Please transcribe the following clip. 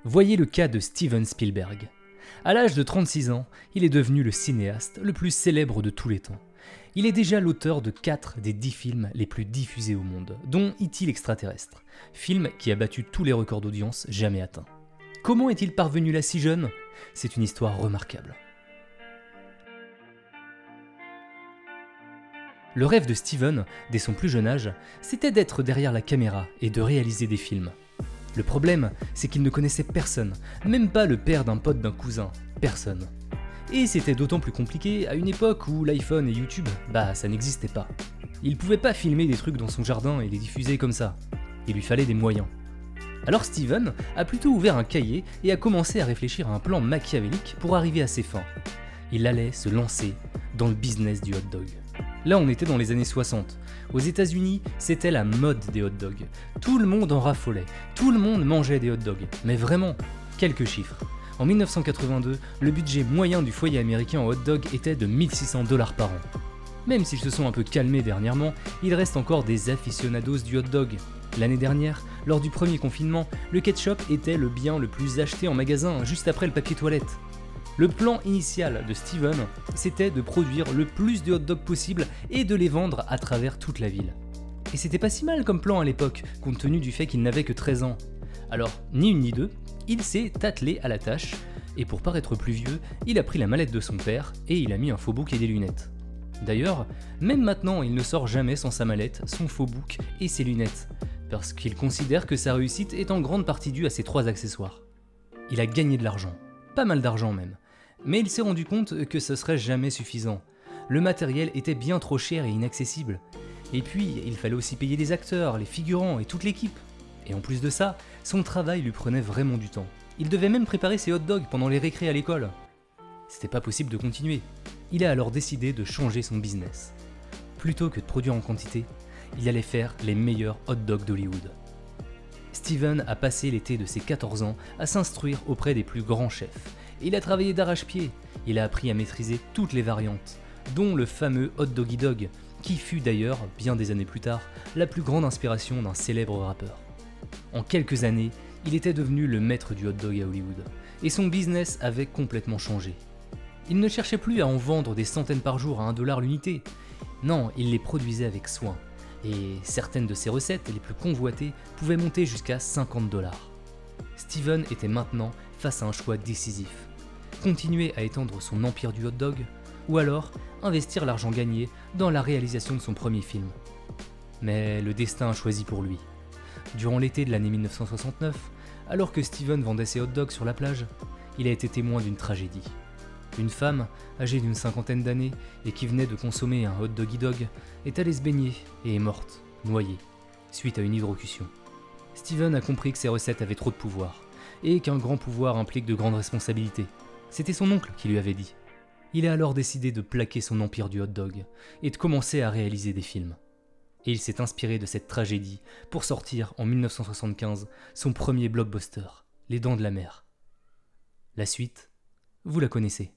Voyez le cas de Steven Spielberg. À l'âge de 36 ans, il est devenu le cinéaste le plus célèbre de tous les temps. Il est déjà l'auteur de 4 des 10 films les plus diffusés au monde, dont E.T. l'extraterrestre, film qui a battu tous les records d'audience jamais atteints. Comment est-il parvenu là si jeune ? C'est une histoire remarquable. Le rêve de Steven, dès son plus jeune âge, c'était d'être derrière la caméra et de réaliser des films. Le problème, c'est qu'il ne connaissait personne, même pas le père d'un pote d'un cousin, personne. Et c'était d'autant plus compliqué à une époque où l'iPhone et YouTube, ça n'existait pas. Il pouvait pas filmer des trucs dans son jardin et les diffuser comme ça. Il lui fallait des moyens. Alors Steven a plutôt ouvert un cahier et a commencé à réfléchir à un plan machiavélique pour arriver à ses fins. Il allait se lancer dans le business du hot dog. Là, on était dans les années 60. Aux États-Unis, c'était la mode des hot dogs. Tout le monde en raffolait, tout le monde mangeait des hot dogs. Mais vraiment, quelques chiffres. En 1982, le budget moyen du foyer américain en hot dog était de 1 600 $ par an. Même s'ils se sont un peu calmés dernièrement, il reste encore des aficionados du hot dog. L'année dernière, lors du premier confinement, le ketchup était le bien le plus acheté en magasin, juste après le papier toilette. Le plan initial de Steven, c'était de produire le plus de hot dogs possible et de les vendre à travers toute la ville. Et c'était pas si mal comme plan à l'époque, compte tenu du fait qu'il n'avait que 13 ans. Alors, ni une ni deux, il s'est attelé à la tâche, et pour paraître plus vieux, il a pris la mallette de son père et il a mis un faux bouc et des lunettes. D'ailleurs, même maintenant, il ne sort jamais sans sa mallette, son faux bouc et ses lunettes, parce qu'il considère que sa réussite est en grande partie due à ces 3 accessoires. Il a gagné de l'argent, pas mal d'argent même. Mais il s'est rendu compte que ce serait jamais suffisant. Le matériel était bien trop cher et inaccessible. Et puis, il fallait aussi payer les acteurs, les figurants et toute l'équipe. Et en plus de ça, son travail lui prenait vraiment du temps. Il devait même préparer ses hot dogs pendant les récrés à l'école. C'était pas possible de continuer. Il a alors décidé de changer son business. Plutôt que de produire en quantité, il allait faire les meilleurs hot dogs d'Hollywood. Steven a passé l'été de ses 14 ans à s'instruire auprès des plus grands chefs. Il a travaillé d'arrache-pied, il a appris à maîtriser toutes les variantes, dont le fameux Hot Doggy Dog, qui fut d'ailleurs, bien des années plus tard, la plus grande inspiration d'un célèbre rappeur. En quelques années, il était devenu le maître du hot dog à Hollywood, et son business avait complètement changé. Il ne cherchait plus à en vendre des centaines par jour à $1 l'unité, non, il les produisait avec soin, et certaines de ses recettes les plus convoitées pouvaient monter jusqu'à $50. Steven était maintenant face à un choix décisif. Continuer à étendre son empire du hot dog, ou alors investir l'argent gagné dans la réalisation de son premier film. Mais le destin a choisi pour lui. Durant l'été de l'année 1969, alors que Steven vendait ses hot dogs sur la plage, il a été témoin d'une tragédie. Une femme, âgée d'une 50aine d'années et qui venait de consommer un hot doggy dog, est allée se baigner et est morte, noyée, suite à une hydrocution. Steven a compris que ses recettes avaient trop de pouvoir, et qu'un grand pouvoir implique de grandes responsabilités. C'était son oncle qui lui avait dit. Il a alors décidé de plaquer son empire du hot dog et de commencer à réaliser des films. Et il s'est inspiré de cette tragédie pour sortir en 1975 son premier blockbuster, Les Dents de la Mer. La suite, vous la connaissez.